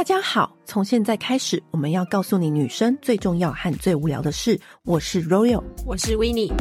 大家好，从现在开始，我们要告诉你女生最重要和最无聊的事。我是 Royal， 我是 Winnie。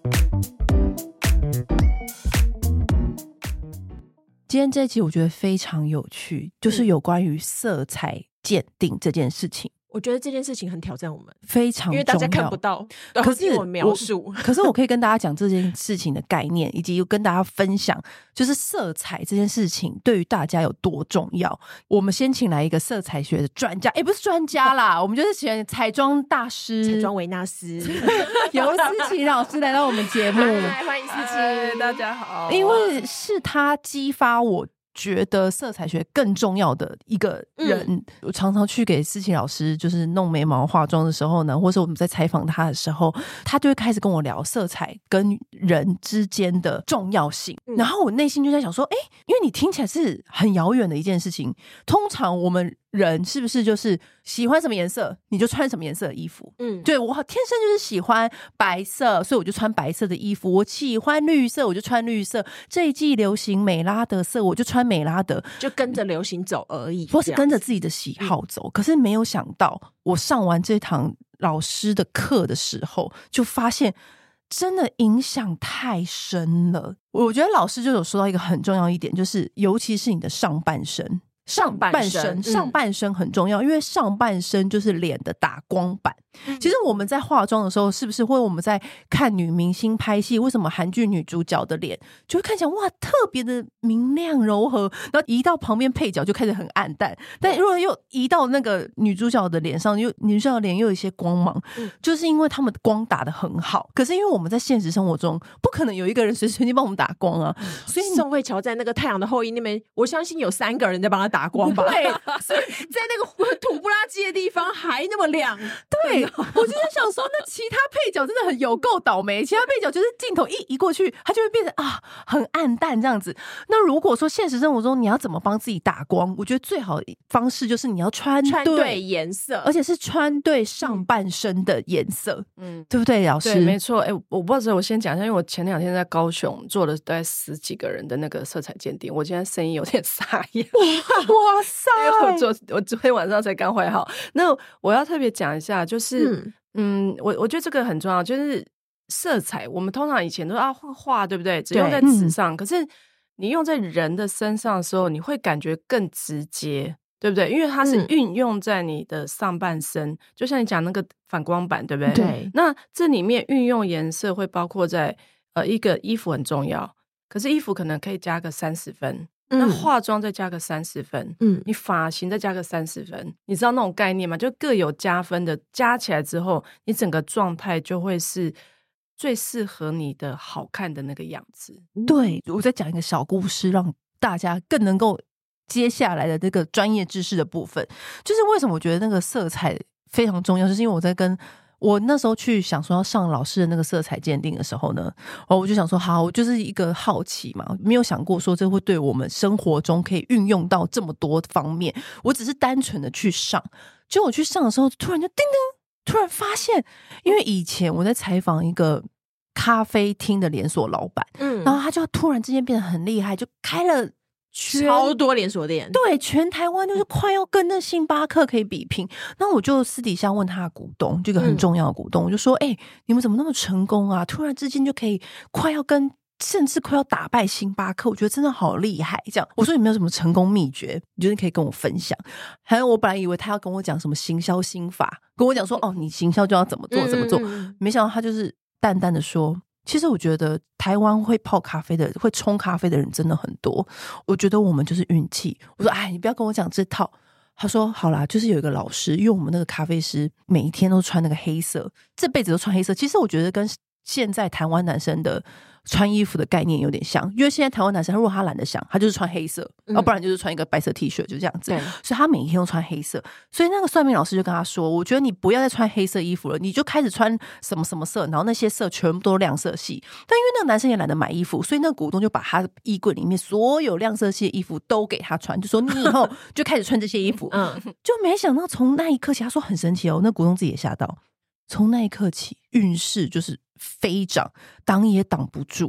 今天这一集我觉得非常有趣，就是有关于色彩鉴定这件事情。 我觉得这件事情很挑战我们， 非常重要， 因为大家看不到， 可是我描述， 可是我可以跟大家讲这件事情的概念，以及跟大家分享，就是色彩这件事情对于大家有多重要。我们先请来一个色彩学的专家，不是专家啦，我们就是请彩妆大师、 彩妆维纳斯尤思琪老师来到我们节目。 欢迎思琪， 大家好。 因为是他激发我觉得色彩学更重要的一个人。我常常去给思琪老师就是弄眉毛化妆的时候呢，或是我们在采访他的时候，他就会开始跟我聊色彩跟人之间的重要性。然后我内心就在想说，因为你听起来是很遥远的一件事情，通常我们人是不是就是喜欢什么颜色你就穿什么颜色的衣服？对，我天生就是喜欢白色，所以我就穿白色的衣服。我喜欢绿色，我就穿绿色。这一季流行美拉德色，我就穿美拉德， 就跟着流行走而已， 或是跟着自己的喜好走。可是没有想到，我上完这堂老师的课的时候，就发现真的影响太深了。我觉得老师就有说到一个很重要一点，就是尤其是你的上半身。上半身很重要，因为上半身就是脸的打光板。其实我们在化妆的时候，是不是或者我们在看女明星拍戏，为什么韩剧女主角的脸就会看起来哇特别的明亮柔和，然后移到旁边配角就开始很暗淡，但如果又移到那个女主角的脸上，女主角的脸又有一些光芒，就是因为他们光打得很好。可是因为我们在现实生活中不可能有一个人随时随地帮我们打光啊，所以宋慧乔在那个太阳的后裔那边，我相信有3个人在帮他打光吧。 对， 所以在那个土不拉几的地方还那么亮。 对，我就在想说，那其他配角真的很有够倒霉。其他配角就是镜头一移过去，它就会变成很暗淡这样子。那如果说现实生活中你要怎么帮自己打光，我觉得最好的方式就是你要穿对颜色， 而且是穿对上半身的颜色。对不对，老师？ 对，没错。我不知道，我先讲一下，因为我前2天在高雄做了大概10几个人的那个色彩鉴定，我今天声音有点沙哑。 哇塞！ 我昨天晚上才刚怀好。那我要特别讲一下，就是我觉得这个很重要，就是色彩。我们通常以前都要画，对不对？只用在纸上，可是你用在人的身上的时候，你会感觉更直接，对不对？因为它是运用在你的上半身，就像你讲那个反光板，对不对？ 对。 那这里面运用颜色会包括在一个衣服很重要，可是衣服可能可以加个30分。那化妆再加个30分，你发型再加个30分，你知道那种概念吗？就各有加分的，加起来之后，你整个状态就会是最适合你的好看的那个样子。 对，我再讲一个小故事，让大家更能够接下来的这个专业知识的部分。就是为什么我觉得那个色彩非常重要，就是因为我那时候去想说要上老师的那个色彩鉴定的时候呢，我就想说好，我就是一个好奇嘛，没有想过说这会对我们生活中可以运用到这么多方面。我只是单纯的去上，结果我去上的时候，突然就叮叮，突然发现，因为以前我在采访一个咖啡厅的连锁老板，然后他就突然之间变得很厉害，就开了超多连锁店， 对，全台湾就是快要跟那星巴克可以比拼。那我就私底下问他的股东，这个很重要的股东，我就说你们怎么那么成功啊，突然之间就可以甚至快要打败星巴克，我觉得真的好厉害。这样我说你没有什么成功秘诀，你觉得可以跟我分享？还有我本来以为他要跟我讲什么行销心法，跟我讲说你行销就要怎么做怎么做，没想到他就是淡淡的说，其实我觉得台湾会泡咖啡的会冲咖啡的人真的很多，我觉得我们就是运气。我说你不要跟我讲这套。他说好啦，就是有一个老师，因为我们那个咖啡师每一天都穿那个黑色，这辈子都穿黑色。其实我觉得跟现在台湾男生的穿衣服的概念有点像，因为现在台湾男生如果他懒得想，他就是穿黑色，不然就是穿一个白色 T 恤，就这样子。所以他每一天都穿黑色。所以那个算命老师就跟他说，我觉得你不要再穿黑色衣服了，你就开始穿什么什么色，然后那些色全部都亮色系。但因为那个男生也懒得买衣服，所以那个股东就把他衣柜里面所有亮色系的衣服都给他穿，就说你以后就开始穿这些衣服。就没想到从那一刻起，他说很神奇那股东自己也吓到，从那一刻起运势就是飞涨，挡也挡不住。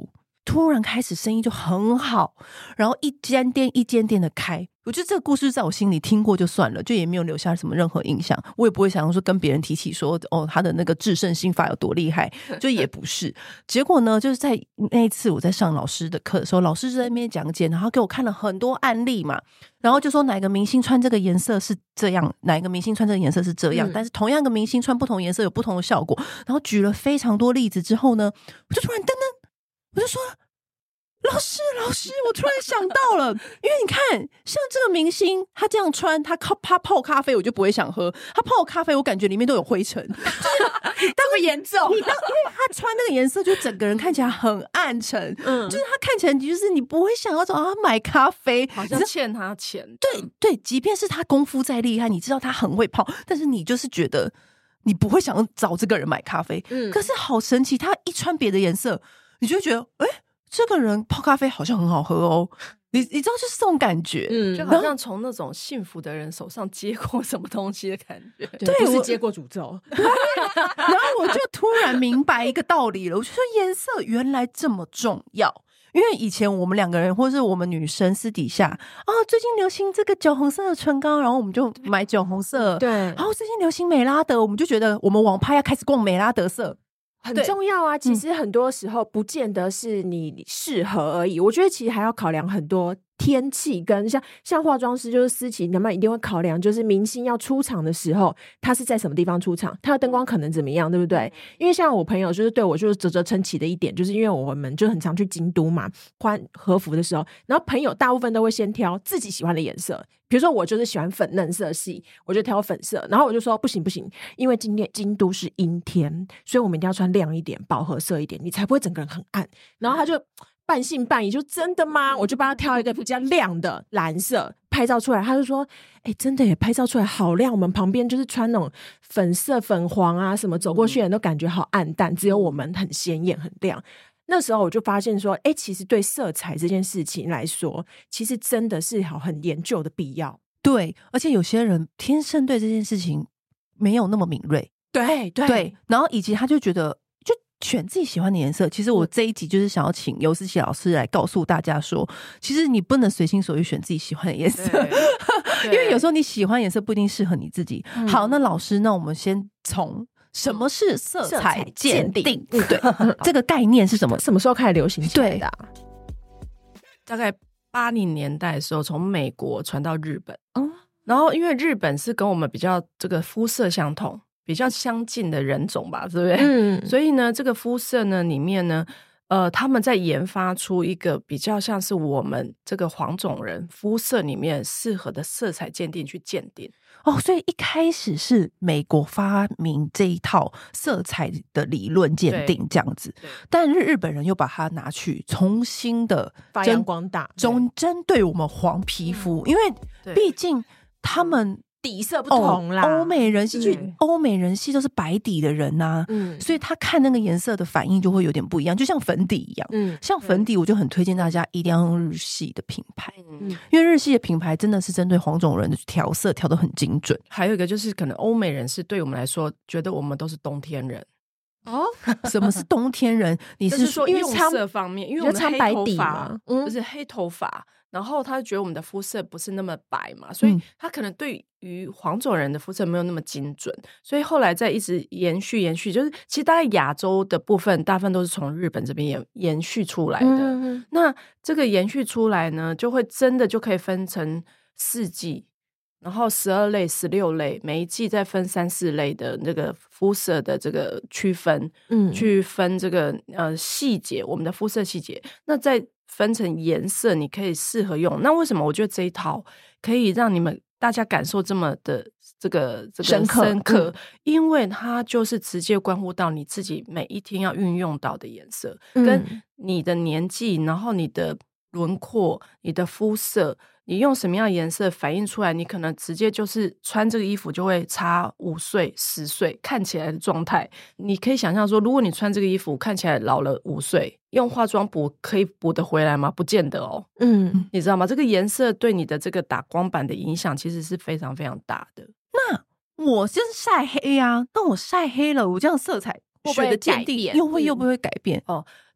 突然开始生意就很好，然后一间店一间店的开。我觉得这个故事在我心里听过就算了，就也没有留下什么任何印象，我也不会想要说跟别人提起说他的那个制胜心法有多厉害，就也不是。结果呢，就是在那一次我在上老师的课的时候，老师就在那边讲解，然后给我看了很多案例嘛，然后就说哪个明星穿这个颜色是这样，哪个明星穿这个颜色是这样，但是同样一个明星穿不同颜色有不同的效果，然后举了非常多例子之后呢，我就突然噔噔，我就说老师，我突然想到了，因为你看，像这个明星，他这样穿，他泡咖啡，我就不会想喝。他泡咖啡，我感觉里面都有灰尘， 这么严重？ 因为他穿那个颜色，就整个人看起来很暗沉，就是他看起来就是你不会想要找他买咖啡， 好像欠他钱。 对，即便是他功夫再厉害，你知道他很会泡，但是你就是觉得你不会想要找这个人买咖啡。可是好神奇，他一穿别的颜色，你就会觉得，这个人泡咖啡好像很好喝哦，你知道就是这种感觉， 就好像从那种幸福的人手上接过什么东西的感觉， 对，不是接过诅咒。 然后我就突然明白一个道理了，我就说颜色原来这么重要。因为以前我们两个人或是我们女生私底下最近流行这个酒红色的唇膏，然后我们就买酒红色， 对， 然后最近流行美拉德，我们就觉得我们网拍要开始逛美拉德色。 很重要啊，其实很多时候不见得是你适合而已，我觉得其实还要考量很多天气跟像化妆师就是思琪，他们一定会考量就是明星要出场的时候他是在什么地方出场，他的灯光可能怎么样，对不对？因为像我朋友就是对我就是啧称奇的一点，就是因为我们就很常去京都嘛，换和服的时候，然后朋友大部分都会先挑自己喜欢的颜色，比如说我就是喜欢粉嫩色系，我就挑粉色，然后我就说不行，因为今天京都是阴天，所以我们一定要穿亮一点饱和色一点，你才不会整个人很暗。然后他就半信半疑，就真的吗？我就帮他挑一个比较亮的蓝色，拍照出来他就说真的耶，拍照出来好亮，我们旁边就是穿那种粉色粉黄啊什么，走过去的人都感觉好暗淡，只有我们很鲜艳很亮。那时候我就发现说其实对色彩这件事情来说，其实真的是很研究的必要。 对，而且有些人天生对这件事情没有那么敏锐，对，然后以及他就觉得就选自己喜欢的颜色。其实我这一集就是想要请尤思琪老师来告诉大家说，其实你不能随心所欲选自己喜欢的颜色，因为有时候你喜欢颜色不一定适合你自己。好，那老师，那我们先从什么是色彩鉴定？对，这个概念是什么？ 什么时候开始流行起来的？ 大概80年代的时候，从美国传到日本。然后因为日本是跟我们比较这个肤色相同、比较相近的人种吧，对不对？所以呢，这个肤色呢里面呢，他们在研发出一个比较像是我们这个黄种人肤色里面适合的色彩鉴定去鉴定。 所以一开始是美国发明这一套色彩的理论鉴定这样子，但日本人又把它拿去重新的发扬光大， 针对我们黄皮肤，因为毕竟他们底色不同啦， 欧美人系都是白底的人啊，所以他看那个颜色的反应就会有点不一样，就像粉底一样。像粉底我就很推荐大家一定要用日系的品牌，因为日系的品牌真的是针对黄种人的调色调得很精准。 还有一个就是可能欧美人是对我们来说觉得我们都是冬天人。 什么是冬天人？你是说用色方面，因为我们黑头发就是黑头发，然后他觉得我们的肤色不是那么白嘛，所以他可能对于黄种人的肤色没有那么精准，所以后来再一直延续，就是其实大概亚洲的部分大部分都是从日本这边延续出来的。那这个延续出来呢，就会真的就可以分成4季。然后12类、16类，每一季再分3、4类的那个肤色的这个区分，去分这个细节，我们的肤色细节，那再分成颜色，你可以适合用。那为什么我觉得这一套可以让你们大家感受这么的这个深刻？因为它就是直接关乎到你自己每一天要运用到的颜色，跟你的年纪，然后你的轮廓、你的肤色。你用什么样的颜色反映出来，你可能直接就是穿这个衣服就会差5岁、10岁看起来的状态。你可以想象说，如果你穿这个衣服看起来老了5岁，用化妆补可以补得回来吗？不见得哦。你知道吗？这个颜色对你的这个打光板的影响其实是非常非常大的。 那我就是晒黑啊，那我晒黑了，我这样色彩学的鉴定又不会改变？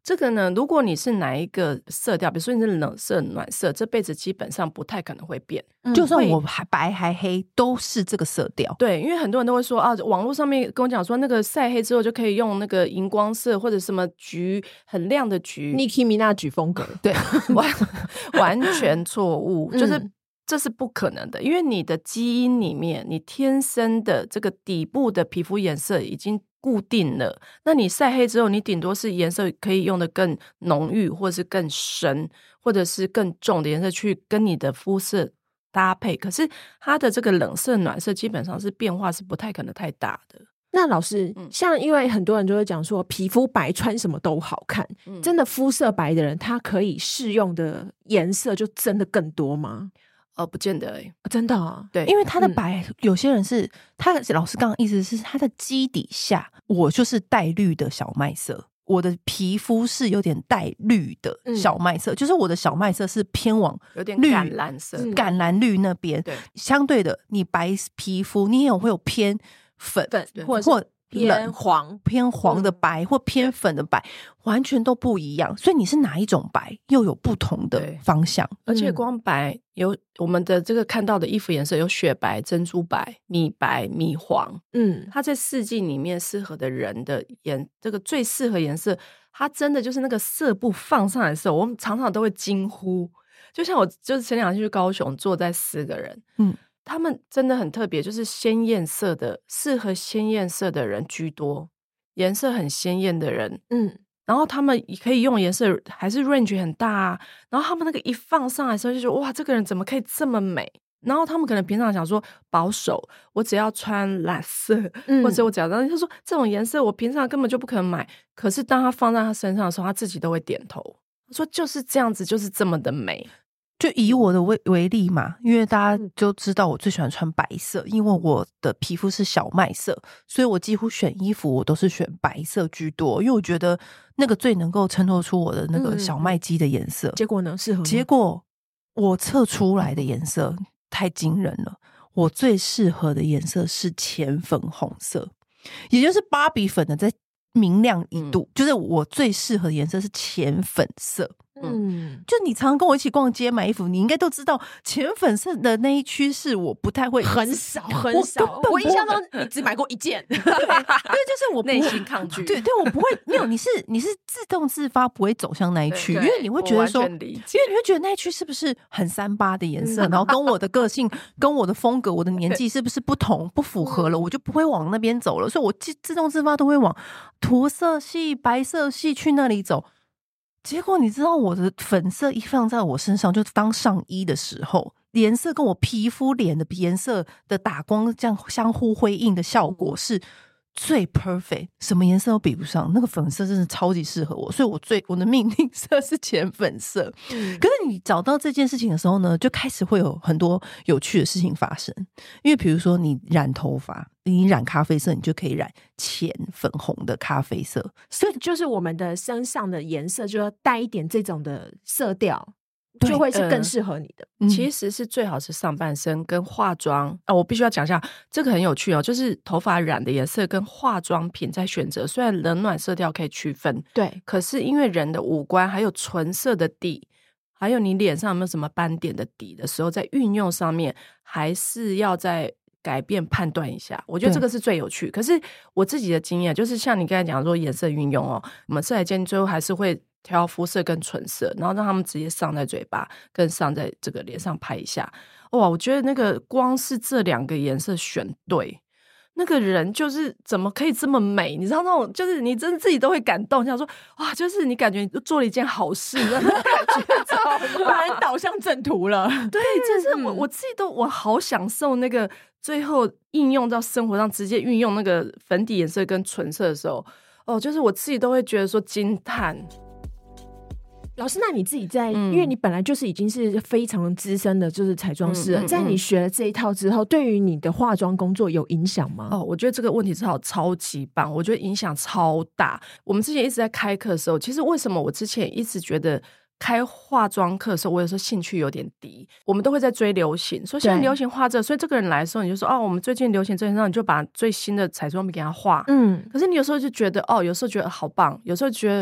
这个呢，如果你是哪一个色调，比如说你是冷色、暖色，这辈子基本上不太可能会变。 就算我还白还黑，都是这个色调。 对，因为很多人都会说啊，网络上面跟我讲说，那个晒黑之后就可以用那个荧光色或者什么橘很亮的橘 Nicki Minaj 风格， 对，完全错误，就是这是不可能的，因为你的基因里面，你天生的这个底部的皮肤颜色已经固定了，那你晒黑之后，你顶多是颜色可以用的更浓郁，或者是更深，或者是更重的颜色去跟你的肤色搭配，可是它的这个冷色暖色基本上是变化是不太可能太大的。 那老师，像因为很多人就会讲说皮肤白穿什么都好看，真的肤色白的人他可以适用的颜色就真的更多吗？ 不见得真的啊， 对， 因为他的白，有些人是他老师刚刚意思是他的基底下，我就是带绿的小麦色，我的皮肤是有点带绿的小麦色，就是我的小麦色是偏往有点橄榄色、 橄榄绿那边。对，相对的，你白皮肤你也会有偏粉或偏黄的白或偏粉的白，完全都不一样。所以你是哪一种白，又有不同的方向。 而且光白有我们的这个看到的衣服颜色有雪白、珍珠白、米白、米黄。它在四季里面适合的人的这个最适合颜色，它真的就是那个色布放上来的时候，我们常常都会惊呼。就像我就是前两天去高雄，坐在4个人，他们真的很特别，就是鲜艳色的，适合鲜艳色的人居多，颜色很鲜艳的人，然后他们可以用颜色还是 range 很大啊，然后他们那个一放上来的时候就觉得哇，这个人怎么可以这么美？然后他们可能平常想说保守，我只要穿蓝色，或者我只要，然后他说这种颜色我平常根本就不可能买，可是当他放在他身上的时候，他自己都会点头，他说就是这样子，就是这么的美。 就以我的为例嘛，因为大家就知道我最喜欢穿白色，因为我的皮肤是小麦色，所以我几乎选衣服我都是选白色居多，因为我觉得那个最能够衬托出我的那个小麦肌的颜色。 结果呢？适合吗？ 结果我测出来的颜色太惊人了，我最适合的颜色是浅粉红色，也就是芭比粉的再明亮一度，就是我最适合的颜色是浅粉色。就你常常跟我一起逛街买衣服，你应该都知道浅粉色的那一区是我不太会， 很少，我印象中你只买过一件。对， 就是我内心抗拒。 对，我不会，没有，你是自动自发不会走向那一区，因为你会觉得说，因为你会觉得那一区是不是很38的颜色，然后跟我的个性、跟我的风格、我的年纪是不是不同、不符合了，我就不会往那边走了，所以我自动自发都会往驼色系、白色系去那里走。结果你知道我的粉色一放在我身上，就当上衣的时候，颜色跟我皮肤脸的颜色的打光这样相互辉映的效果是最 perfect， 什么颜色都比不上。那个粉色真的超级适合我，所以我的命令色是浅粉色。可是你找到这件事情的时候呢，就开始会有很多有趣的事情发生。因为比如说你染头发，你染咖啡色，你就可以染浅粉红的咖啡色， 所以就是我们的身上的颜色就要带一点这种的色调，就会是更适合你的。 其实是最好是上半身跟化妆我必须要讲一下，这个很有趣就是头发染的颜色跟化妆品在选择，虽然冷暖色调可以区分， 对， 可是因为人的五官还有唇色的底，还有你脸上有没有什么斑点的底的时候，在运用上面还是要在改变判断一下，我觉得这个是最有趣。可是我自己的经验就是像你刚才讲说颜色运用我们色彩鉴定最后还是会挑肤色跟唇色，然后让他们直接上在嘴巴跟上在这个脸上拍一下。哇，我觉得那个光是这2个颜色选对，那个人就是怎么可以这么美，你知道那种就是你真的自己都会感动，像说哇，就是你感觉你做了一件好事那种感觉把人导向正途了。 对，就是我自己我好享受那个最后应用到生活上，直接运用那个粉底颜色跟唇色的时候就是我自己都会觉得说惊叹。 老师，那你自己在因为你本来就是已经是非常资深的就是彩妆师了，在你学了这一套之后，对于你的化妆工作有影响吗？ 我觉得这个问题超级棒，我觉得影响超大。我们之前一直在开课的时候，其实为什么我之前一直觉得开化妆课的时候，我有时候兴趣有点低，我们都会在追流行，说现在流行画这，所以这个人来的时候你就说我们最近流行这，然后你就把最新的彩妆品给他画。可是你有时候就觉得有时候觉得好棒，有时候觉得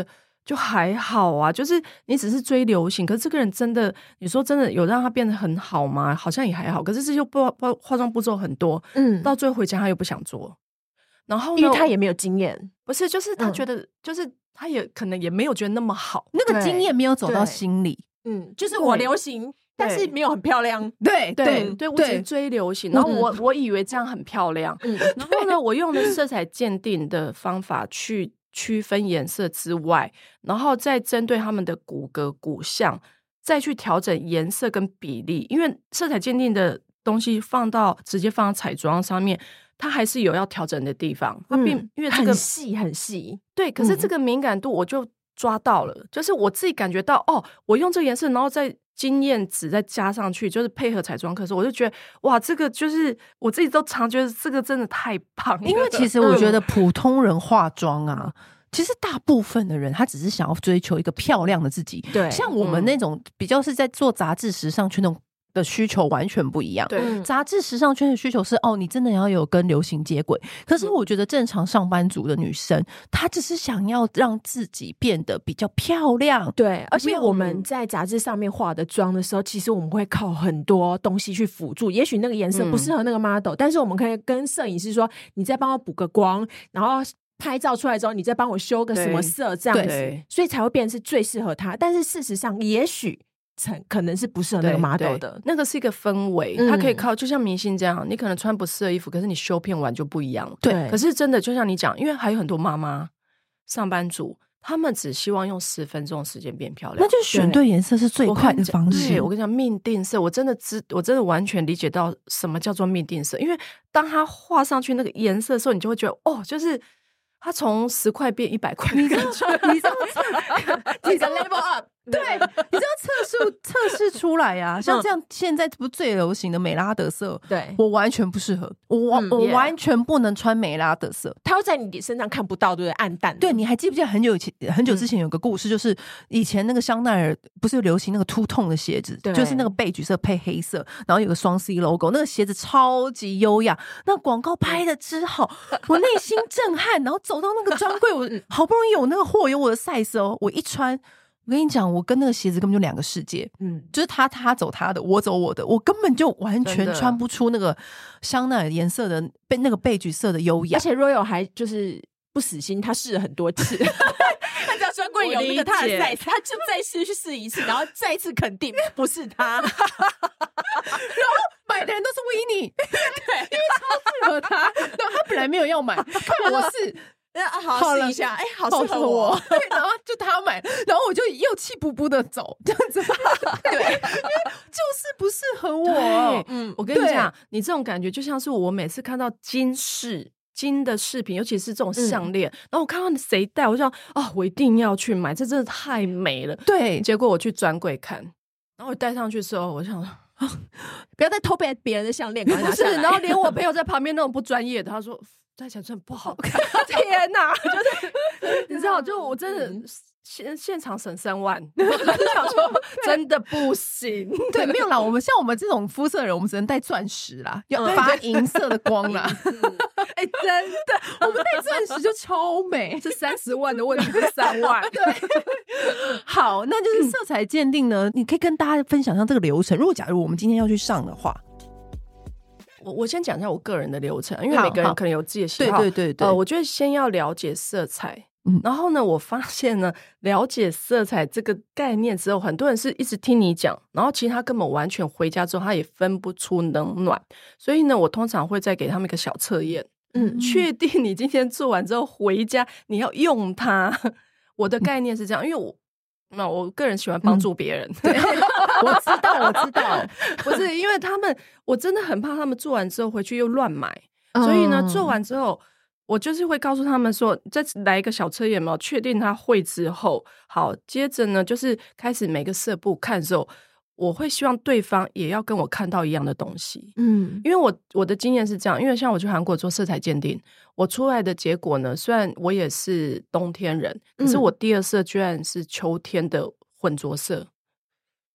就还好啊，就是你只是追流行，可是这个人真的，你说真的有让他变得很好吗？好像也还好，可是这就化妆步骤很多，到最后回家他又不想做，然后呢， 因为他也没有经验， 不是，就是他觉得，就是他也可能也没有觉得那么好， 那个经验没有走到心里， 就是我流行，但是没有很漂亮， 对，我只是追流行，然后我以为这样很漂亮，然后呢，我用的色彩鉴定的方法去区分颜色之外，然后再针对他们的骨骼骨相再去调整颜色跟比例，因为色彩鉴定的东西直接放到彩妆上面，它还是有要调整的地方，它并因为这个很细， 对，可是这个敏感度我就抓到了，就是我自己感觉到我用这个颜色，然后再经验值再加上去，就是配合彩妆课的时候，我就觉得哇，这个就是我自己都常觉得这个真的太棒了。 因为其实我觉得普通人化妆啊，其实大部分的人他只是想要追求一个漂亮的自己， 对， 像我们那种比较是在做杂志时尚圈那种的需求完全不一样。 对， 杂志时尚圈的需求是你真的要有跟流行接轨。可是我觉得正常上班族的女生，她只是想要让自己变得比较漂亮。 对，而且我们在杂志上面化的妆的时候，其实我们会靠很多东西去辅助。也许那个颜色不适合那个 model，但是我们可以跟摄影师说，你再帮我补个光，然后拍照出来之后，你再帮我修个什么色这样子，所以才会变成是最适合他。但是事实上，也许可能是不适合那个 model 的， 那个是一个氛围，它可以靠，就像明星这样，你可能穿不适合衣服，可是你修片完就不一样了。 对， 可是真的就像你讲，因为还有很多妈妈、上班族，他们只希望用10分钟的时间变漂亮， 那就选对颜色是最快的方式。 对，我跟你讲，命定色，我真的完全理解到什么叫做命定色，因为当它画上去那个颜色的时候，你就会觉得就是它从10块变100块的感觉， 你知道你知道 level up。对，你知道测试出来啊，像这样现在不是最流行的美拉德色， 对， 我完全不适合，我完全不能穿美拉德色， 它会在你身上看不到，对不对？暗淡。 对，你还记不记得很久之前有个故事，就是以前那个香奈儿不是流行那个凸痛的鞋子，就是那个贝橘色配黑色，然后有个双 C logo， 那个鞋子超级优雅，那广告拍的之好，我内心震撼，然后走到那个专柜，我好不容易有那个货，有我的 size 我一穿。我跟你讲，我跟那个鞋子根本就两个世界，就是他走他的，我走我的，我根本就完全穿不出那个香奈儿颜色的那个贝橘色的优雅。 而且 Royal 还就是不死心，他试了很多次，他只要专柜有那个他的 size， 他就再去试一次，然后再一次肯定不是他，然后买的人都是维尼，对，因为超适合他，然后他本来没有要买，我是。 好试一下，好适合我。 对，然后就他买，然后我就又气不不的走，这样子。对，因为就是不适合我。 我跟你讲，你这种感觉就像是我每次看到金的饰品，尤其是这种项链，然后我看到谁戴，我就想我一定要去买，这真的太美了。 对， 结果我去专柜看，然后我戴上去之后，我就想说。 不要再偷别人的项链， 不是，然后连我朋友在旁边那种不专业的，他说戴起来真的不好看。天哪，就是你知道，就我真的现场省3万，我就想说真的不行。 对，没有啦，像我们这种肤色的人，我们只能戴钻石啦，要发银色的光啦。 真的， 我们戴钻石就超美， 是30万的问题，不是3万。 对，好，那就是色彩鉴定呢，你可以跟大家分享一下这个流程。如果假如我们今天要去上的话。 我先讲一下我个人的流程，因为每个人可能有自己的喜好。 对， 我觉得先要了解色彩，然后呢，我发现呢，了解色彩这个概念之后，很多人是一直听你讲，然后其实他根本完全回家之后，他也分不出冷暖。所以呢，我通常会再给他们一个小测验，确定你今天做完之后回家你要用它。我的概念是这样，因为我个人喜欢帮助别人。 对，我知道， 不是因为我真的很怕他们做完之后回去又乱买，所以呢，做完之后我就是会告诉他们说，再来一个小测验嘛，确定他会之后，好，接着呢就是开始每个色布看的时候，我会希望对方也要跟我看到一样的东西。因为我的经验是这样，因为像我去韩国做色彩鉴定，我出来的结果呢，虽然我也是冬天人，可是我第2色居然是秋天的混着色。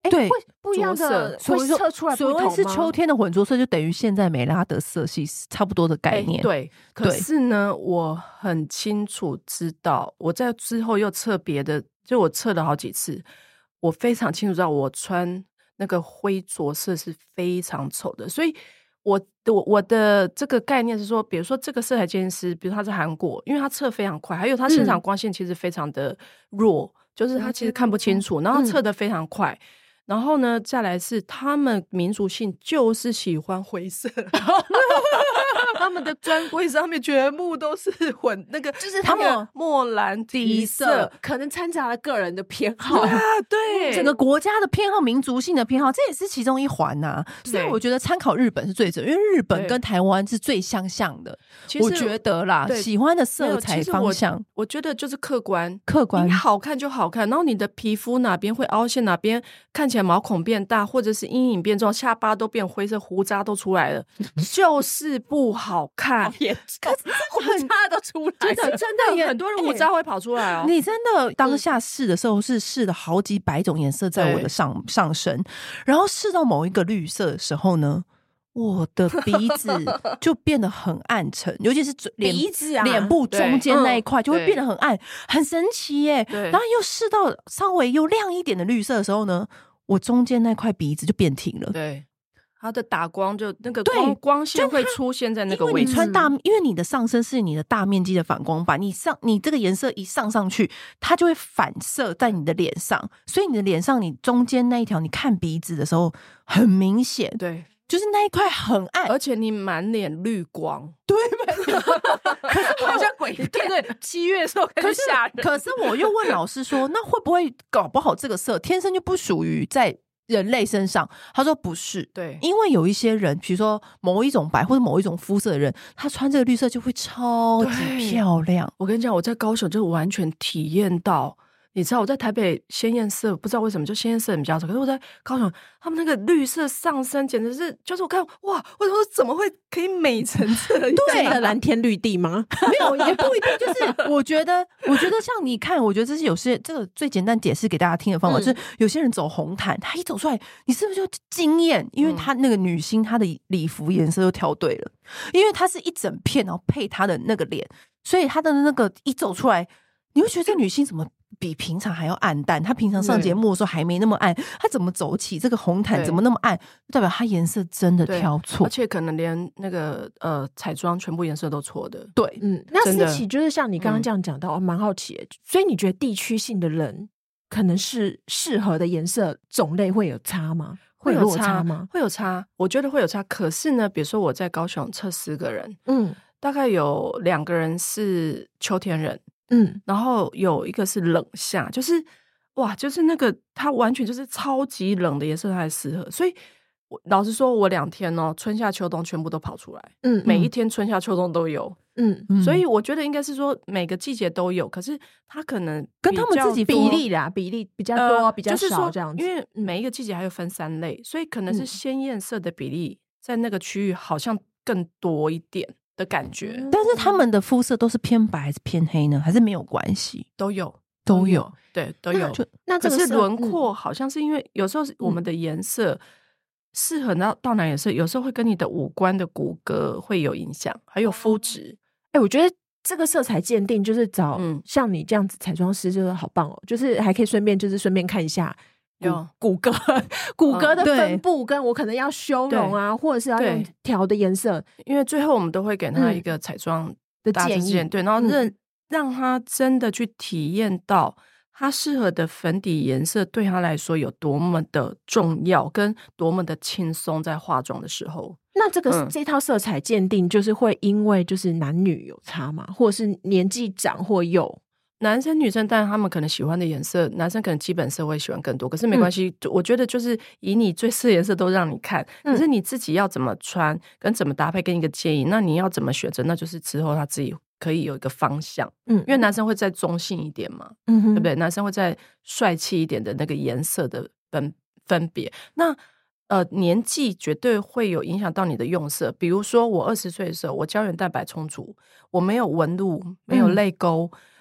对， 会不一样的，会测出来不同吗？ 所谓是秋天的混着色，就等于现在美拉德色系差不多的概念。 对，可是呢，我很清楚知道，我在之后又测别的，就我测了好几次，我非常清楚知道我穿那个灰着色是非常丑的，所以我的这个概念是说，比如说这个色彩鉴定师，比如他在韩国，因为他测非常快，还有他现场光线其实非常的弱，就是他其实看不清楚，然后测得非常快。然后呢，再来是他们民族性就是喜欢灰色，他们的专柜上面全部都是混那个， 就是他们莫兰迪色， 可能掺杂了个人的偏好啊，对， 整个国家的偏好、民族性的偏好，这也是其中一环呐。所以我觉得参考日本是最准，因为日本跟台湾是最相像的。我觉得啦，喜欢的色彩方向， 我觉得就是客观， 你好看就好看，然后你的皮肤哪边会凹陷，哪边看起来毛孔变大，或者是阴影变重，下巴都变灰色，胡渣都出来了，就是不好看。 可是胡渣都出来， 真的很多人胡渣会跑出来哦。 你真的当下试的时候是试了好几百种颜色在我的上身，然后试到某一个绿色的时候呢，我的鼻子就变得很暗沉，尤其是鼻子啊， 脸部中间那一块就会变得很暗，很神奇耶。然后又试到稍微又亮一点的绿色的时候呢，我中间那块鼻子就变挺了。 对，它的打光就那个光线会出现在那个位置。 因为你的上身是你的大面积的反光板，你这个颜色一上去，它就会反射在你的脸上，所以你的脸上你中间那一条，你看鼻子的时候很明显。 对。 就是那一块很暗， 而且你满脸绿光， 对， 好像鬼片。对，7月的时候开始吓人。 可是我又问老师说，那会不会搞不好这个色天生就不属于在人类身上？他说不是， 对， 因为有一些人，比如说某一种白或者某一种肤色的人，他穿这个绿色就会超级漂亮。 我跟你讲，我在高雄就完全体验到。你知道我在台北鲜艳色不知道为什么就鲜艳色比较少，可是我在高雄他们那个绿色上身简直是就是我看哇，我说怎么会可以美成这样？ 对的，蓝天绿地吗？ 没有，也不一定。就是我觉得像你看，我觉得这是有些这个最简单解释给大家听的方法，就是有些人走红毯，他一走出来，你是不是就惊艳？因为他那个女星她的礼服颜色就挑对了，因为她是一整片，然后配她的那个脸，所以她的那个一走出来，你会觉得这女星怎么比平常还要暗淡，她平常上节目的时候还没那么暗，她怎么走起这个红毯怎么那么暗，代表她颜色真的挑错， 而且可能连那个彩妆全部颜色都错的。 对， 那思琪就是像你刚刚这样讲到，蛮好奇的，所以你觉得地区性的人可能是适合的颜色种类会有差吗？会有落差吗？ 会有差，我觉得会有差。可是呢，比如说我在高雄测10个人，大概有2个人是秋天人。然后有一个是冷夏，就是哇，就是那个它完全就是超级冷的颜色，它还适合。所以老实说，我2天哦，春夏秋冬全部都跑出来，每一天春夏秋冬都有，所以我觉得应该是说每个季节都有，可是它可能跟他们自己比例比较多，比较少这样子。 因为每一个季节还有分3类，所以可能是鲜艳色的比例在那个区域好像更多一点。的感觉， 但是他们的肤色都是偏白还是偏黑呢？还是没有关系？ 都有，对，都有。 那这个可是轮廓好像是因为有时候我们的颜色适合到哪颜色，有时候会跟你的五官的骨骼会有影响，还有肤质。 我觉得这个色彩鉴定就是找像你这样子彩妆师，就是好棒哦，就是还可以顺便看一下。骨骼的分布，跟我可能要修容啊，或者是要用调的颜色， 因为最后我们都会给他一个彩妆的建议， 对，然后让他真的去体验到他适合的粉底颜色对他来说有多么的重要，跟多么的轻松在化妆的时候。 那这套色彩鉴定就是会因为就是男女有差吗？或者是年纪长或幼？ 男生女生，但他们可能喜欢的颜色，男生可能基本色会喜欢更多，可是没关系，我觉得就是以你最适合颜色都让你看，可是你自己要怎么穿跟怎么搭配跟一个建议，那你要怎么选择，那就是之后他自己可以有一个方向。因为男生会再中性一点嘛，对不对？男生会再帅气一点的那个颜色的分别。那年纪绝对会有影响到你的用色，比如说我20岁的时候，我胶原蛋白充足，我没有纹路，没有泪沟。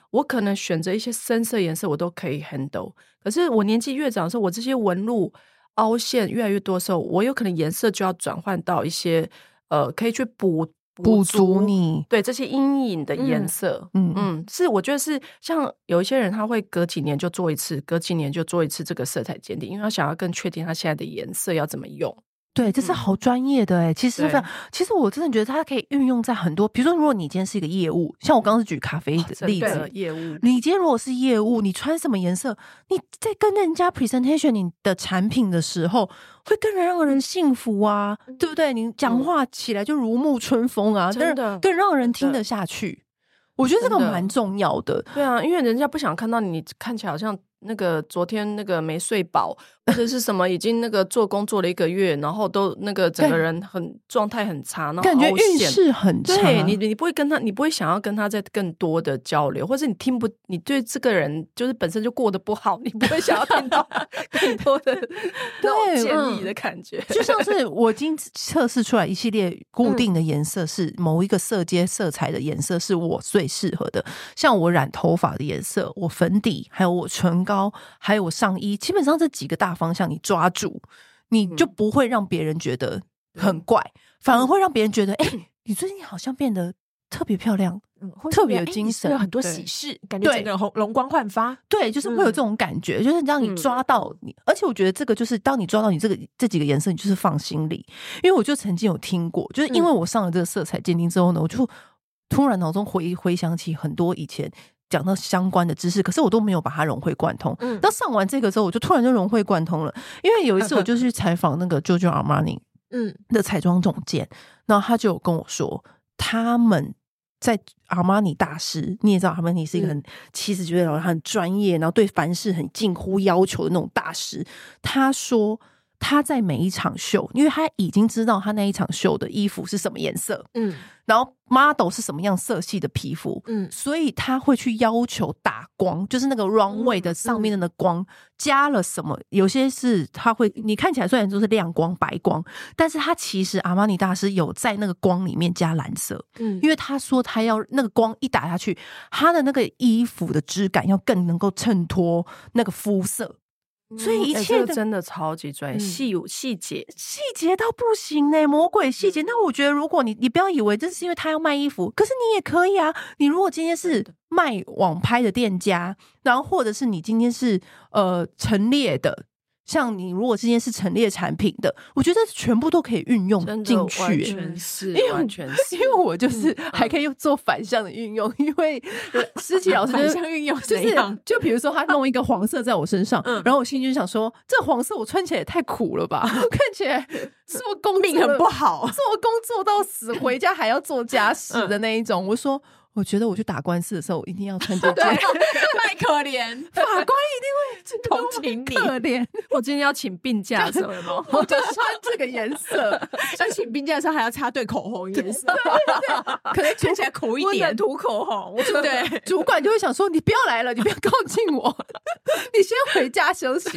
我可能选择一些深色颜色我都可以 handle， 可是我年纪越长的时候，我这些纹路凹陷越来越多的时候，我有可能颜色就要转换到一些可以去补足你对这些阴影的颜色。是我觉得是像有一些人他会隔几年就做一次，隔几年就做一次这个色彩鉴定，因为他想要更确定他现在的颜色要怎么用。 对，这是好专业的其实其实我真的觉得它可以运用在很多，比如说如果你今天是一个业务，像我刚刚是举咖啡的例子， 业务， 你今天如果是业务，你穿什么颜色，你在跟人家 presentation 你的产品的时候，会更让人信服啊，对不对？你讲话起来就如沐春风啊，更让人听得下去。我觉得这个蛮重要的。 对啊，因为人家不想看到你看起来好像那个昨天那个没睡饱，或者是什么已经那个做工作了1个月，然后都那个整个人状态很差，然后感觉运势很差。 对，你不会跟他，你不会想要跟他再更多的交流，或者你对这个人就是本身就过得不好，你不会想要听到更多的那种建议的感觉。 就像是我已经测试出来一系列固定的颜色，是某一个色阶色彩的颜色是我最适合的，像我染头发的颜色，我粉底，还有我唇膏，还有我上衣，基本上这几个大方向你抓住，你就不会让别人觉得很怪，反而会让别人觉得你最近好像变得特别漂亮，特别有精神， 有很多喜事，感觉整个人容光焕发。 对，就是会有这种感觉，就是让你抓到你。而且我觉得这个就是当你抓到你这几个颜色，你就是放心里。因为我就曾经有听过，就是因为我上了这个色彩鉴定之后呢，我就突然脑中回想起很多以前讲到相关的知识，可是我都没有把它融会贯通。那上完这个之后，我就突然就融会贯通了。因为有一次我就去采访那个 Giorgio Armani 的彩妆总监，然后他就有跟我说，他们在阿玛尼大师，你也知道阿玛尼是一个很70几岁的人，很专业，然后对凡事很近乎要求的那种大师。他说他在每一场秀，因为他已经知道他那一场秀的衣服是什么颜色，然后 model 是什么样色系的皮肤，所以他会去要求打光，就是那个 runway 的上面的那个光加了什么，有些是他会你看起来虽然都是亮光白光，但是他其实阿玛尼大师有在那个光里面加蓝色，因为他说他要那个光一打下去，他的那个衣服的质感要更能够衬托那个肤色。所以一切真的超级专业，细节到不行呢，魔鬼细节。那我觉得如果你不要以为这是因为他要卖衣服，可是你也可以啊。你如果今天是卖网拍的店家，然后或者是你今天是陈列的，像你如果今天是陈列产品的，我觉得全部都可以运用进去， 完全是， 因为我就是还可以做反向的运用，因为诗琪老师反向运用就比如说他弄一个黄色在我身上，然后我心里就想说，这黄色我穿起来也太苦了吧，看起来是我工命很不好， 做工作到死，回家还要做家事的那一种。我说我觉得我去打官司的时候，我一定要穿这件， 太可怜， 法官一定会同情你， 可怜。 我今天要请病假什么的， 我就穿这个颜色。 像请病假的时候还要擦对口红颜色，可能看起来苦一点， 涂口红。 对， 主管就会想说：“你不要来了，你不要靠近我，你先回家休息。”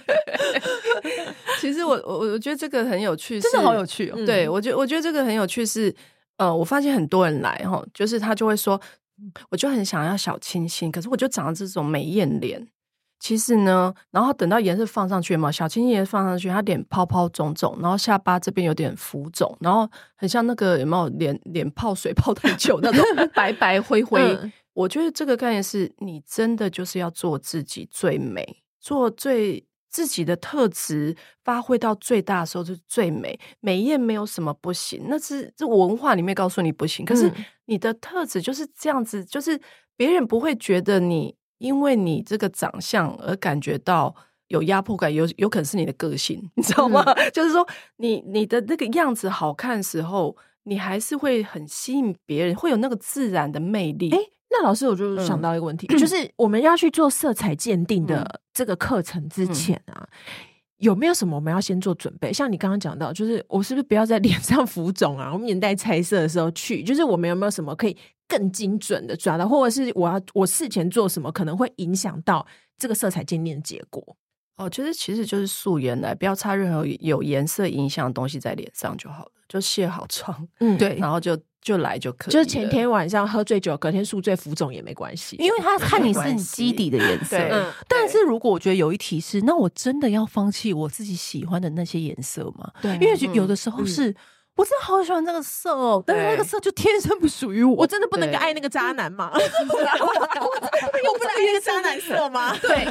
其实我觉得这个很有趣， 真的好有趣哦。 对，我觉得这个很有趣是。我发现很多人来就是他就会说，我就很想要小清新，可是我就长了这种美艳脸。其实呢，然后等到颜色放上去嘛，小清新颜色放上去，他脸泡泡肿肿，然后下巴这边有点浮肿，然后很像那个有没有脸泡水泡太久那种白白灰灰。我觉得这个概念是你真的就是要做自己最美，做最自己的特质发挥到最大的时候就是最美，美艳没有什么不行，那是这文化里面告诉你不行，可是你的特质就是这样子，就是别人不会觉得你因为你这个长相而感觉到有压迫感，有可能是你的个性，你知道吗？就是说你的那个样子好看的时候，你还是会很吸引别人，会有那个自然的魅力。 那老师，我就想到一个问题，就是我们要去做色彩鉴定的这个课程之前啊，有没有什么我们要先做准备？像你刚刚讲到，就是我是不是不要在脸上浮肿啊？我们眼袋彩色的时候去，就是我们有没有什么可以更精准的抓到，或者是我事前做什么可能会影响到这个色彩鉴定的结果？ 其实就是素颜来，不要擦任何有颜色影响的东西在脸上就好了，就卸好妆， 对， 然后就就来就可以了， 就是前天晚上喝醉酒，隔天宿醉浮肿也没关系， 因为他看你是你基底的颜色。但是如果我觉得有一题是，那我真的要放弃我自己喜欢的那些颜色吗？对，因为有的时候是。我真的好喜欢这个色哦，但是那个色就天生不属于我。 我真的不能爱那个渣男吗？我不能爱那个渣男色吗？ 对。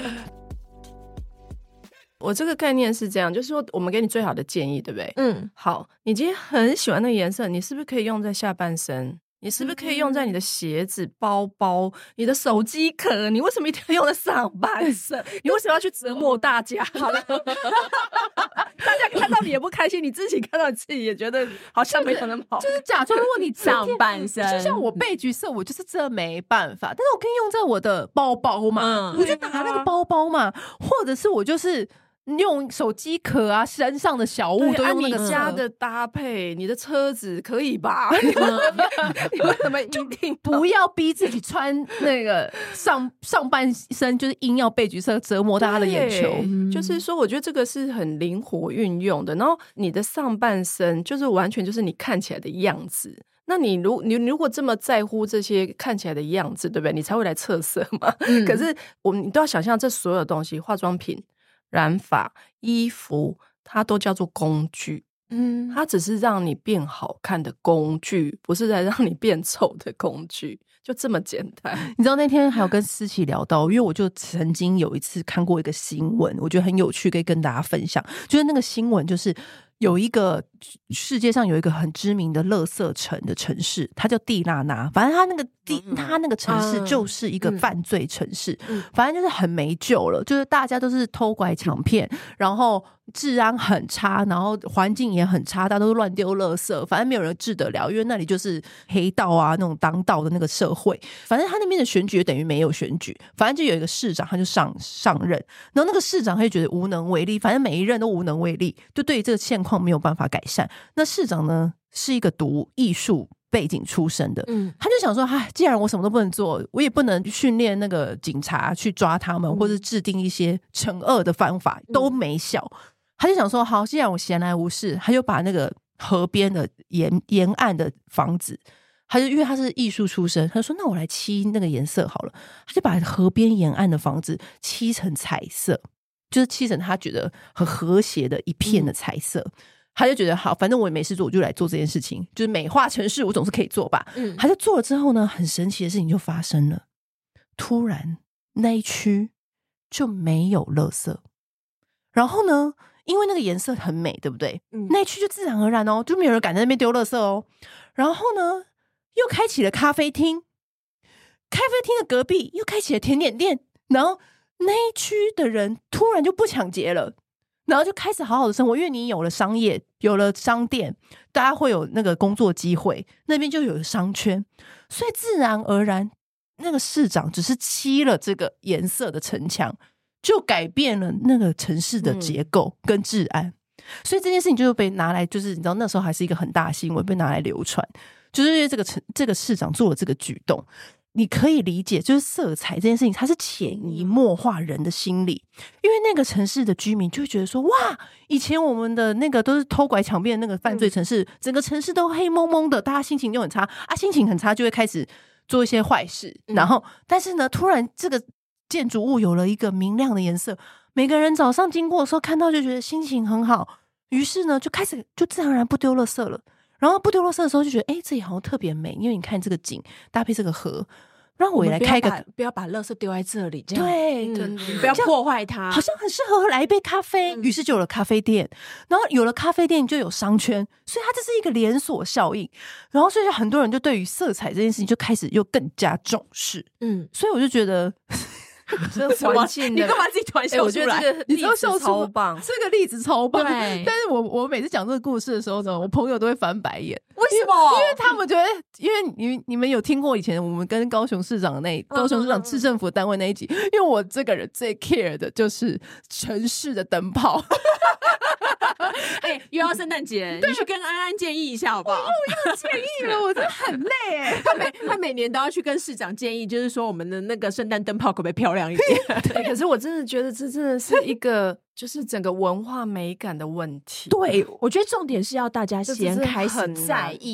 我这个概念是这样，就是说我们给你最好的建议，对不对？好，你今天很喜欢那个颜色，你是不是可以用在下半身？你是不是可以用在你的鞋子、包包、你的手机壳？你为什么一定要用在上半身？你为什么要去折磨大家？好了，大家看到你也不开心，你自己看到你自己也觉得好像没有那么好。 就是假装如果你上半身， 就像我贝橘色，我就是真没办法，但是我可以用在我的包包嘛，我就拿那个包包嘛，或者是我就是用手机壳啊，身上的小物都用那个你家的搭配，你的车子可以吧？你为什么一定不要逼自己穿那个上半身就是硬要贝橘色折磨大家的眼球？ 就是说，我觉得这个是很灵活运用的。然后你的上半身就是完全就是你看起来的样子。那你如果这么在乎这些看起来的样子，对不对？你才会来测色嘛。可是你都要想象，这所有的东西，化妆品、染发、衣服，它都叫做工具。它只是让你变好看的工具，不是在让你变丑的工具，就这么简单。 你知道那天还有跟思琪聊到，因为我就曾经有一次看过一个新闻，我觉得很有趣，可以跟大家分享。就是那个新闻就是有一个世界上有一个很知名的垃圾城的城市，它叫蒂纳纳。反正它那个城市就是一个犯罪城市，反正就是很没救了，就是大家都是偷拐抢骗，然后治安很差，然后环境也很差，大家都乱丢垃圾，反正没有人治得了，因为那里就是黑道啊那种当道的那个社会。反正他那边的选举也等于没有选举，反正就有一个市长他就上任，然后那个市长他就觉得无能为力，反正每一任都无能为力，就对于这个现况没有办法改善。那市长呢是一个读艺术背景出身的，他就想说，既然我什么都不能做，我也不能训练那个警察去抓他们，或者制定一些惩恶的方法，都没效。他就想说，好，既然我闲来无事，他就把那个河边的沿岸的房子，他就因为他是艺术出身，他就说，那我来漆那个颜色好了。他就把河边沿岸的房子漆成彩色，就是漆成他觉得很和谐的一片的彩色。他就觉得好，反正我也没事做，我就来做这件事情，就是美化城市，我总是可以做吧。他就做了之后呢，很神奇的事情就发生了，突然那一区就没有垃圾，然后呢，因为那个颜色很美，对不对？那一区就自然而然哦，就没有人敢在那边丢垃圾哦。然后呢，又开启了咖啡厅，咖啡厅的隔壁又开启了甜点店，然后那一区的人突然就不抢劫了。然后就开始好好的生活，因为你有了商业，有了商店，大家会有那个工作机会，那边就有了商圈，所以自然而然，那个市长只是漆了这个颜色的城墙，就改变了那个城市的结构跟治安。所以这件事情就被拿来，就是你知道那时候还是一个很大的新闻，被拿来流传，就是因为这个市长做了这个举动。你可以理解，就是色彩这件事情，它是潜移默化人的心理。因为那个城市的居民就会觉得说，哇，以前我们的那个都是偷拐抢骗的那个犯罪城市，整个城市都黑蒙蒙的，大家心情就很差啊，心情很差就会开始做一些坏事。然后，但是呢，突然这个建筑物有了一个明亮的颜色，每个人早上经过的时候看到就觉得心情很好，于是呢，就开始就自然而然不丢垃圾了。然后不丢垃圾的时候就觉得，这里好像特别美，因为你看这个景搭配这个河，让我也来开一个， 不要把垃圾丢在这里，这样对， 不要破坏它， 好像很适合来一杯咖啡。于是就有了咖啡店，然后有了咖啡店就有商圈，所以它这是一个连锁效应。然后所以很多人就对于色彩这件事情就开始又更加重视。所以我就觉得。 这环境你干嘛自己突然笑出来？ 我觉得这个例子超棒， 这个例子超棒。但是我每次讲这个故事的时候呢，我朋友都会翻白眼。 为什么？ 因为他们觉得，因为你们有听过以前我们跟高雄市长市政府单位那一集，因为我这个人最 care 的就是城市的灯泡。 又要圣诞节，你去跟安安建议一下好不好？ 又要建议了，我真的很累他每年都要去跟市长建议，就是说我们的那个圣诞灯泡可不可以漂亮一点？ 对，可是我真的觉得这真的是一个就是整个文化美感的问题。 对，我觉得重点是要大家先开始在意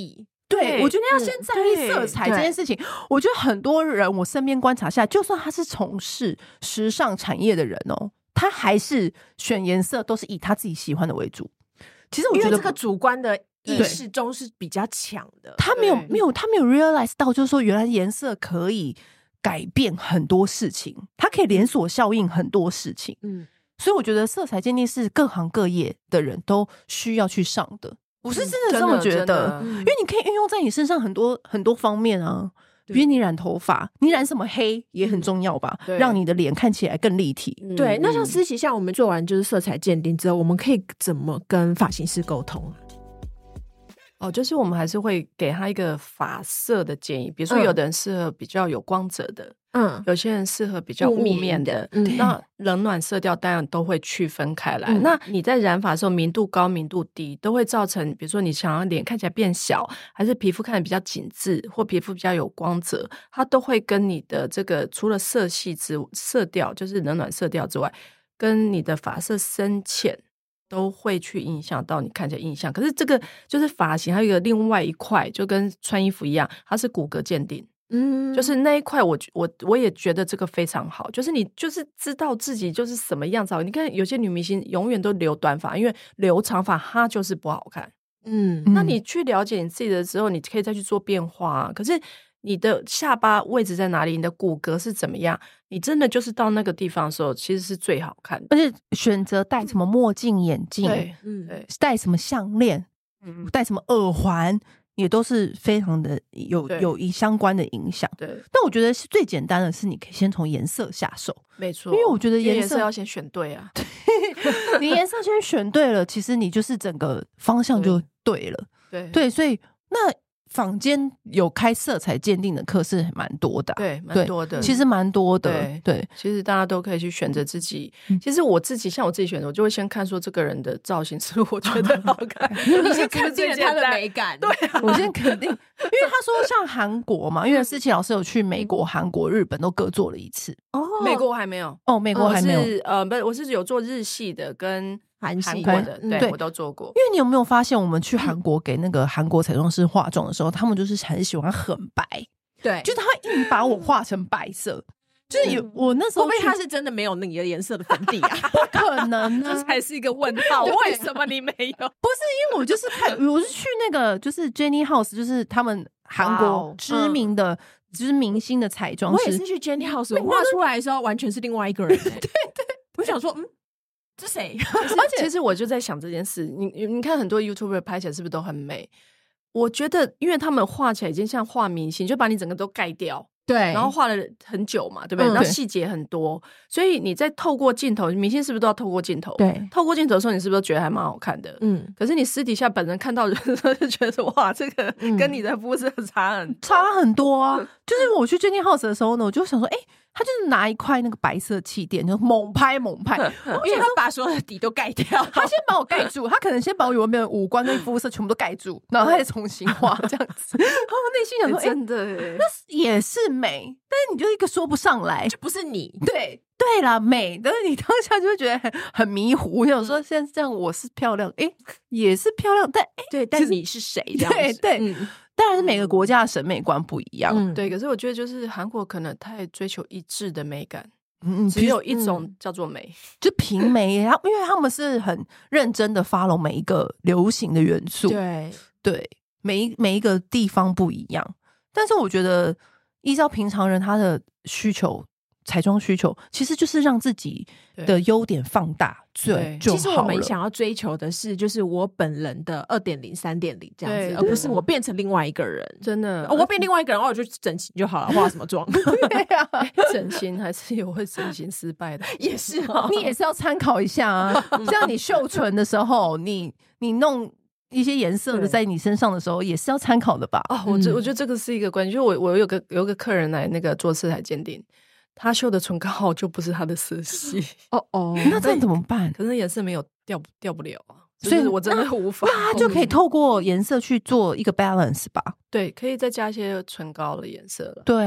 对，我觉得要先在意色彩这件事情。我觉得很多人，我身边观察下来，就算他是从事时尚产业的人哦，他还是选颜色都是以他自己喜欢的为主。其实我觉得因为这个主观的意识中是比较强的， 他没有 realize 到，就是说原来颜色可以改变很多事情，它可以连锁效应很多事情。所以我觉得色彩鉴定是各行各业的人都需要去上的。我是真的这么觉得，因为你可以运用在你身上很多很多方面啊。比如你染头发，你染什么黑也很重要吧，让你的脸看起来更立体。 对，那像思琪，像我们做完就是色彩鉴定之后，我们可以怎么跟发型师沟通啊？ 就是我们还是会给他一个发色的建议，比如说有的人适合比较有光泽的，有些人适合比较雾面的，那冷暖色调当然都会区分开来。那你在染发的时候，明度高、明度低，都会造成，比如说你想要脸看起来变小，还是皮肤看起来比较紧致，或皮肤比较有光泽，它都会跟你的这个除了色系色调，就是冷暖色调之外，跟你的发色深浅都会去影响到你看起来印象。可是这个就是发型还有一个另外一块，就跟穿衣服一样，它是骨骼鉴定。就是那一块我也觉得这个非常好，就是你就是知道自己就是什么样子好。你看有些女明星永远都留短发，因为留长发它就是不好看。那你去了解你自己的时候，你可以再去做变化可是你的下巴位置在哪里，你的骨骼是怎么样，你真的就是到那个地方的时候其实是最好看的。 而且选择戴什么墨镜眼镜， 对， 戴什么项链，戴什么耳环，也都是非常的有相关的影响。 对， 但我觉得是最简单的是，你可以先从颜色下手。 没错， 因为我觉得颜色要先选对啊。 你颜色先选对了，其实你就是整个方向就对了。对，所以那坊间有开色彩鉴定的课是蛮多的， 对，蛮多的， 其实蛮多的。对， 其实大家都可以去选择自己。其实我自己像我自己选择，我就会先看说这个人的造型是不是我觉得好看， 你先肯定了他的美感。 对啊， 我先肯定，因为他说像韩国嘛，因为思琪老师有去美国、韩国、日本都各做了一次。 美国还没有美国还没有。 不是，我是有做日系的跟韩国的，对，我都做过。 因为你有没有发现，我们去韩国给那个韩国彩妆师化妆的时候，他们就是很喜欢很白， 对， 就是他会硬把我画成白色。就是我那时候， 会不会他是真的没有你的颜色的粉底啊？ 不可能啊， 这才是一个问号。为什么你没有？不是， 因为我就是我是去那个就是 Jenny House， 就是他们韩国知名的就是明星的彩妆师。 我也是去 Jenny House， 我画出来的时候完全是另外一个人。对，我想说，这谁？ 而且其实我就在想这件事，你看很多 YouTuber 拍起来是不是都很美？我觉得，因为他们画起来已经像画明星，就把你整个都盖掉。 对， 然后画了很久嘛，对不对？然后细节很多，所以你在透过镜头，明星是不是都要透过镜头？ 对， 透过镜头的时候，你是不是都觉得还蛮好看的？可是你私底下本人看到人的时候，就觉得说哇，这个跟你的肤色差很多啊。就是我去 Jenny House 的时候呢，我就想说，他就是拿一块那个白色气垫，就猛拍，因为他把所有的底都盖掉。 他先把我盖住，他可能先把我原本五官跟肤色全部都盖住，然后他再重新画这样子。然后内心想说， 真的那也是美，但是你就一个说不上来， 就不是你。 对啦，美，但是你当下就会觉得很迷糊。我想说，现在这样我是漂亮，也是漂亮， 但你是谁？这样子。 对。当然是每个国家的审美观不一样， 对。可是我觉得就是韩国可能太追求一致的美感，只有一种叫做美， 就平美。因为他们是很认真的 follow 每一个流行的元素，对，每一个地方不一样。但是我觉得依照平常人他的需求。彩妆需求其实就是让自己的优点放大就好了。 其实我们想要追求的是，就是我本人的 2.0 3.0 这样子，而不是我变成另外一个人。 真的， 我变另外一个人，我就整形就好了，化什么妆？ 对啊， 整形还是有会整形失败的， 也是你也是要参考一下啊。像你秀唇的时候，你弄一些颜色的在你身上的时候，也是要参考的吧？ 我觉得这个是一个关键。就我有个客人来那个做色彩鉴定。他绣的唇刚好就不是他的色系那这样怎么办？ 可是颜色没有掉不了啊，所以我真的无法。 那他就可以透过颜色去做一个 balance 吧？ 对，可以再加一些唇膏的颜色了。 对啊，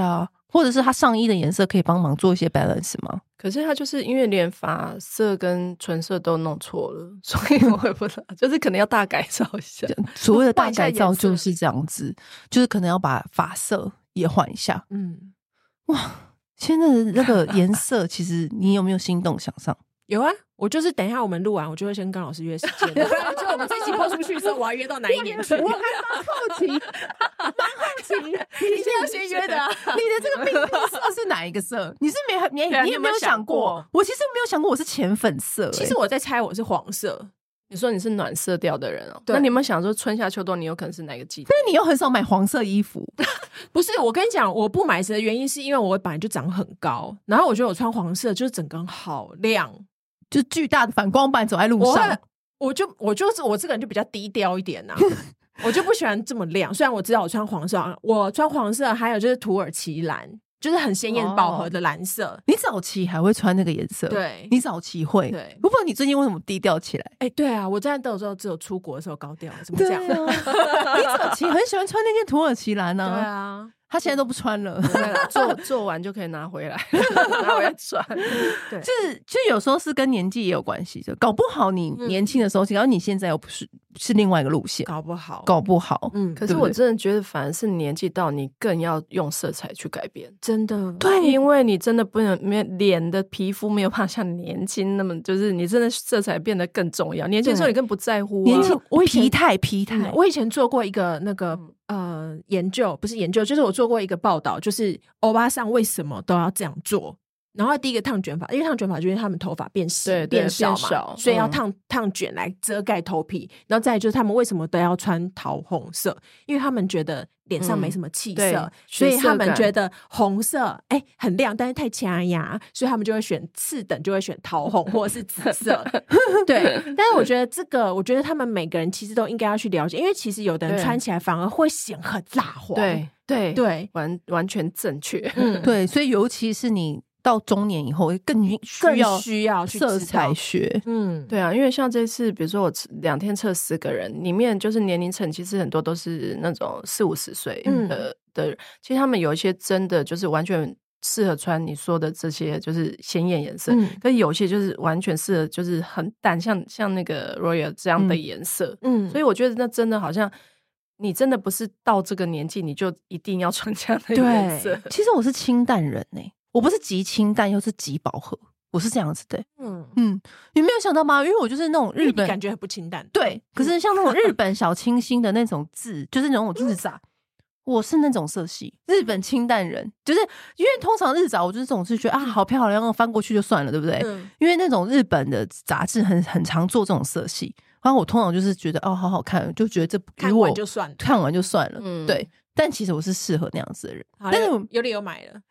或者是他上衣的颜色可以帮忙做一些 balance 吗？ 可是他就是因为连发色跟唇色都弄错了，所以我也不知道，就是可能要大改造一下。 所谓的大改造就是这样子，就是可能要把发色也换一下。哇，现在的那个颜色，其实你有没有心动想上？ 有啊，我就是等一下我们录完，我就会先跟老师约时间。就我们这一集播出去的时候，我要约到哪一年去？ 我还蛮好奇，你一定要先约的啊！ 你的这个冰绿色是哪一个色？你也没有想过？我其实没有想过我是浅粉色。 其实我在猜我是黄色。 你说你是暖色调的人哦，那你有没有想说春夏秋冬你有可能是哪个季节？ 但是你又很少买黄色衣服。 不是，我跟你讲，我不买的原因是因为我本来就长很高，然后我觉得我穿黄色就是整个人好亮。就巨大的反光板走在路上， 我这个人就比较低调一点啊，我就不喜欢这么亮。虽然我知道我穿黄色，还有就是土耳其蓝，就是很鲜艳饱和的蓝色。 你早期还会穿那个颜色？ 对， 你早期会。 对， 不过你最近为什么低调起来？ 对啊，我现在都有时候只有出国的时候高调，怎么讲？ 你早期很喜欢穿那件土耳其蓝啊。 对啊。 他现在都不穿了， 做完就可以拿回来拿回来穿。 对，就有时候是跟年纪也有关系的，搞不好你年轻的时候，然后你现在又不是另外一个路线， 搞不好。 可是我真的觉得反而是年纪到你更要用色彩去改变， 真的。 对， 因为你真的不能脸的皮肤没有办法像年轻那么，就是你真的色彩变得更重要。年轻的时候你更不在乎年轻疲态。 我以前做过一个那个研究，不是研究，就是我做过一个报道，就是欧巴桑为什么都要这样做。然后第一个烫卷法，因为烫卷法就是他们头发变细变少嘛，所以要烫卷来遮盖头皮。然后再来就是他们为什么都要穿桃红色，因为他们觉得脸上没什么气色，所以他们觉得红色很亮，但是太掐牙，所以他们就会选次等，就会选桃红或者是紫色。对，但是我觉得他们每个人其实都应该要去了解，因为其实有的人穿起来反而会显很蜡黄。 对，完全正确。 对，所以尤其是你到中年以后更需要去色彩学。 对啊，因为像这次比如说我2天测10个人，里面就是年龄层其实很多都是那种40-50岁的人，其实他们有一些真的就是完全适合穿你说的这些就是鲜艳颜色，可是有些就是完全适合就是很淡，像那个 Royal 这样的颜色。所以我觉得那真的好像你真的不是到这个年纪你就一定要穿这样的颜色。 其实我是清淡人我不是极清淡又是极饱和，我是这样子的。你没有想到吗？因为我就是那种日本感觉很不清淡。 对，可是像那种日本小清新的那种字，就是那种日杂，我是那种色系日本清淡人，就是因为通常日杂我就是总是觉得好漂亮，翻过去就算了，对不对？因为那种日本的杂志很常做这种色系，然后我通常就是觉得好好看，就觉得这看完就算了。 对。但其实我是适合那样子的人，但是有理由买了，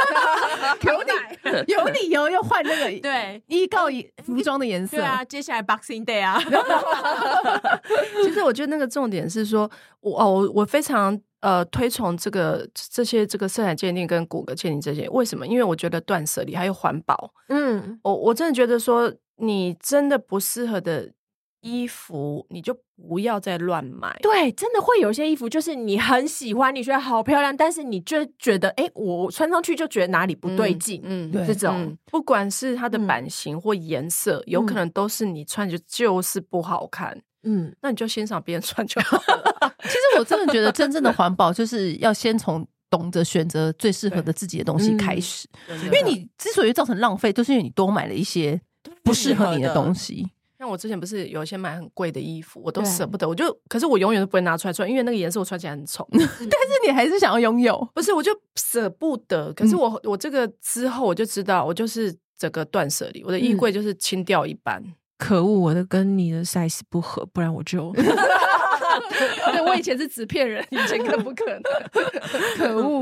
有理由要换那个对依靠服装的颜色。 对啊，接下来 Boxing Day 啊。 其实我觉得那个重点是说，我非常推崇这个色彩鉴定跟骨骼鉴定这些。为什么？因为我觉得断舍离还有环保。我真的觉得说，你真的不适合的衣服你就不要再乱买。 对，真的会有些衣服就是你很喜欢，你觉得好漂亮，但是你就觉得我穿上去就觉得哪里不对劲。这种不管是它的版型或颜色，有可能都是你穿就是不好看。那你就欣赏别人穿就好了。 其实我真的觉得真正的环保就是要先从懂得选择最适合的自己的东西开始。因为你之所以造成浪费，都是因为你多买了一些不适合你的东西。 像我之前不是有一些买很贵的衣服，我都舍不得，可是我永远都不会拿出来穿，因为那个颜色我穿起来很丑。 但是你还是想要拥有， 不是我就舍不得。可是我这个之后我就知道，我就是整个断舍离，我的衣柜就是清掉一半。 可恶，我的跟你的 size 不合，不然我就对，我以前是纸片人，以前更不可能。 可恶。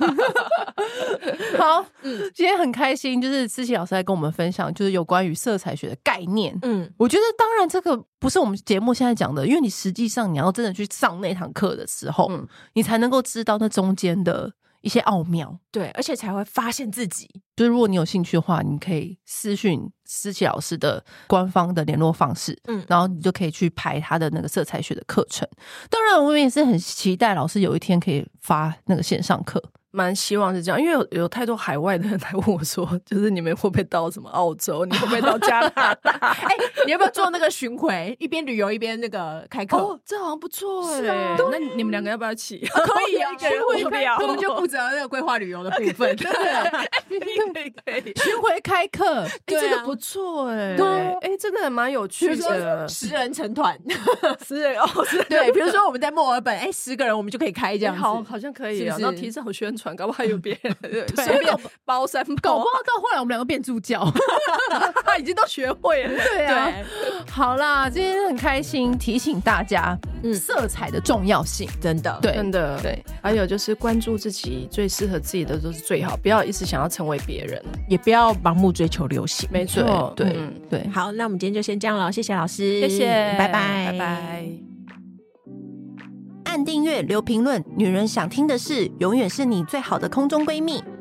好，今天很开心，就是思琪老师来跟我们分享，就是有关于色彩学的概念。我觉得当然这个不是我们节目现在讲的，因为你实际上你要真的去上那堂课的时候，你才能够知道那中间的一些奥妙。 对，而且才会发现自己。 就是如果你有兴趣的话，你可以私讯思琪老师的官方的联络方式，然后你就可以去排他的那个色彩学的课程。当然我们也是很期待老师有一天可以发那个线上课， 蛮希望是这样，因为有太多海外的人来问我说，就是你们会不会到什么澳洲，你会不会到加拿大？ 你要不要做那个巡回，一边旅游一边那个开课？ 哦，这好像不错是啊， 那你们2个要不要一起？ 可以啊， 一个人无聊， 我们就负责那个规划旅游的部分。 可以， 巡回开课， 这个不错对，这个蛮有趣的 ，10人成团 ，10人对，比如说我们在墨尔本，10个人我们就可以开这样子， 好像可以啊，然后提早宣传，搞不好还有别人随便包山包， 搞不好到后来我们2个变助教， 他已经都学会了。 对啊，好啦，今天很开心，提醒大家，色彩的重要性， 真的， 对， 真的， 对。 还有就是关注自己最适合自己的都是最好，不要一直想要成为别人， 也不要盲目追求流行。 没错， 对对。 好，那我们今天就先这样了，谢谢老师， 谢谢， 拜拜， 拜拜。 按订阅，留评论，女人想听的事，永远是你最好的空中闺蜜。